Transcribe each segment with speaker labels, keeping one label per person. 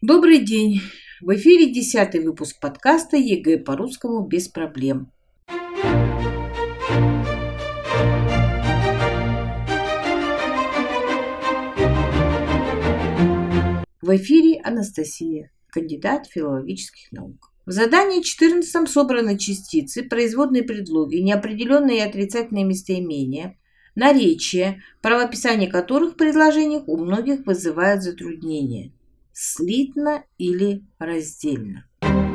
Speaker 1: Добрый день! В эфире 10-й выпуск подкаста ЕГЭ по русскому без проблем. В эфире Анастасия, кандидат филологических наук. В задании 14 собраны частицы, производные предлоги, неопределенные и отрицательные местоимения, наречия, правописание которых в предложениях у многих вызывает затруднения. Слитно или раздельно.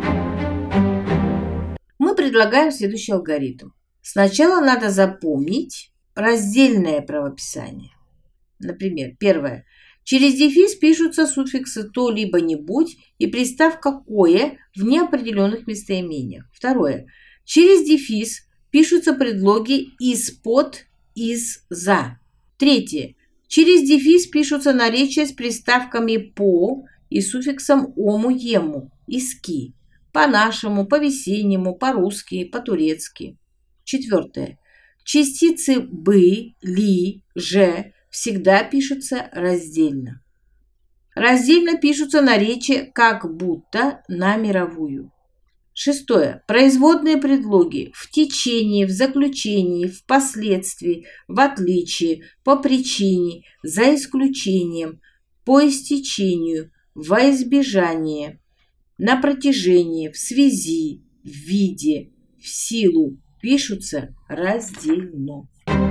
Speaker 1: Мы предлагаем следующий алгоритм. Сначала надо запомнить раздельное правописание. Например, первое. Через дефис пишутся суффиксы «то» либо «нибудь» и приставка «кое» в неопределенных местоимениях. Второе. Через дефис пишутся предлоги «из-под», «из-за». Третье. Через дефис пишутся наречия с приставками «по» и суффиксом «ому», «ему», «иски». По-нашему, по-весеннему, по-русски, по-турецки. Четвертое. Частицы «бы», «ли», «же» всегда пишутся раздельно. Раздельно пишутся наречия «как будто» на мировую. Шестое. Производные предлоги в течение, в заключении, впоследствии, в отличие, по причине, за исключением, по истечению, во избежание, на протяжении, в связи, в виде, в силу пишутся раздельно.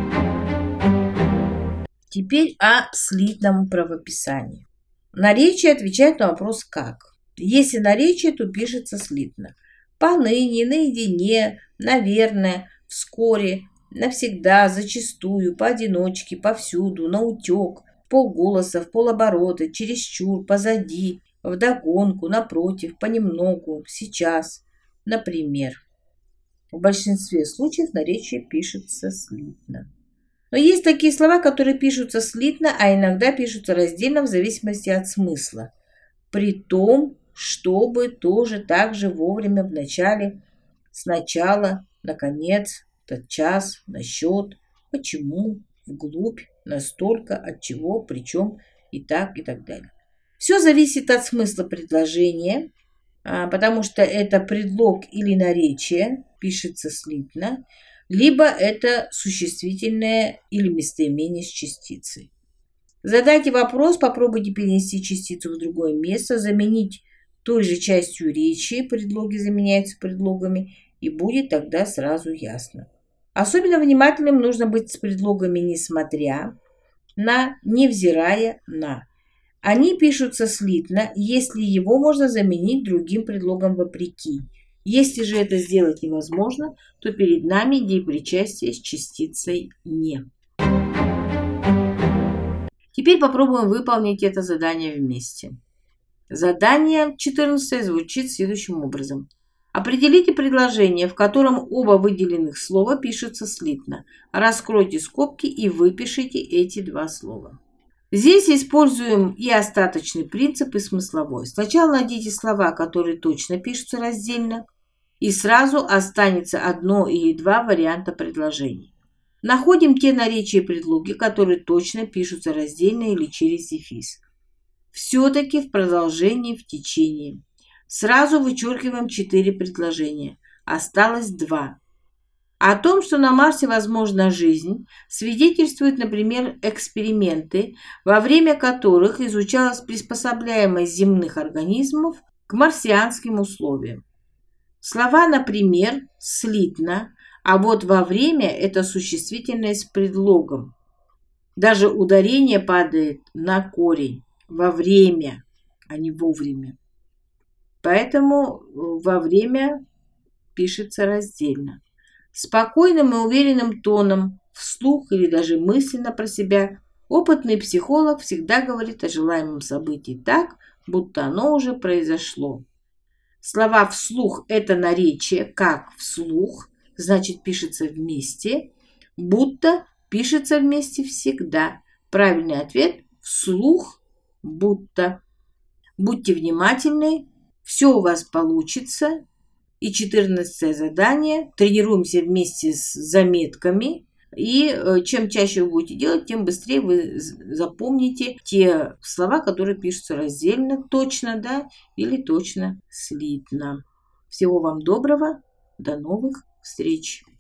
Speaker 1: Теперь о слитном правописании. Наречие отвечает на вопрос «как». Если наречие, то пишется слитно. Поныне, наедине, наверное, вскоре, навсегда, зачастую, поодиночке, повсюду, наутек, вполголоса, вполоборота, чересчур, позади, вдогонку, напротив, понемногу, сейчас, например. В большинстве случаев наречие пишется слитно. Но есть такие слова, которые пишутся слитно, а иногда пишутся раздельно в зависимости от смысла. При том, чтобы тоже так же вовремя в начале, сначала, наконец, тотчас, насчет, почему, вглубь, настолько, от чего, причем и так далее. Все зависит от смысла предложения, потому что это предлог или наречие, пишется слитно, либо это существительное или местоимение с частицей. Задайте вопрос, попробуйте перенести частицу в другое место, заменить той же частью речи, предлоги заменяются предлогами, и будет тогда сразу ясно. Особенно внимательным нужно быть с предлогами несмотря на, невзирая на. Они пишутся слитно, если его можно заменить другим предлогом вопреки. Если же это сделать невозможно, то перед нами деепричастие с частицей «не». Теперь попробуем выполнить это задание вместе. Задание 14 звучит следующим образом. Определите предложение, в котором оба выделенных слова пишутся слитно. Раскройте скобки и выпишите эти два слова. Здесь используем и остаточный принцип, и смысловой. Сначала найдите слова, которые точно пишутся раздельно, и сразу останется одно или два варианта предложений. Находим те наречия и предлоги, которые точно пишутся раздельно или через дефис. Все-таки в продолжении, в течение. Сразу вычеркиваем 4 предложения. Осталось 2. О том, что на Марсе возможна жизнь, свидетельствуют, например, эксперименты, во время которых изучалась приспособляемость земных организмов к марсианским условиям. Слова, например, слитно, а вот во время это существительное с предлогом. Даже ударение падает на корень. Во время, а не вовремя. Поэтому во время пишется раздельно. Спокойным и уверенным тоном, вслух или даже мысленно про себя, опытный психолог всегда говорит о желаемом событии так, будто оно уже произошло. Слова «вслух» – это наречие, как «вслух», значит пишется вместе, «будто» пишется вместе всегда. Правильный ответ – «вслух», «будто». Будьте внимательны, все у вас получится. И 14 задание. Тренируемся вместе с заметками. И чем чаще вы будете делать, тем быстрее вы запомните те слова, которые пишутся раздельно, точно, да, или точно слитно. Всего вам доброго, до новых встреч!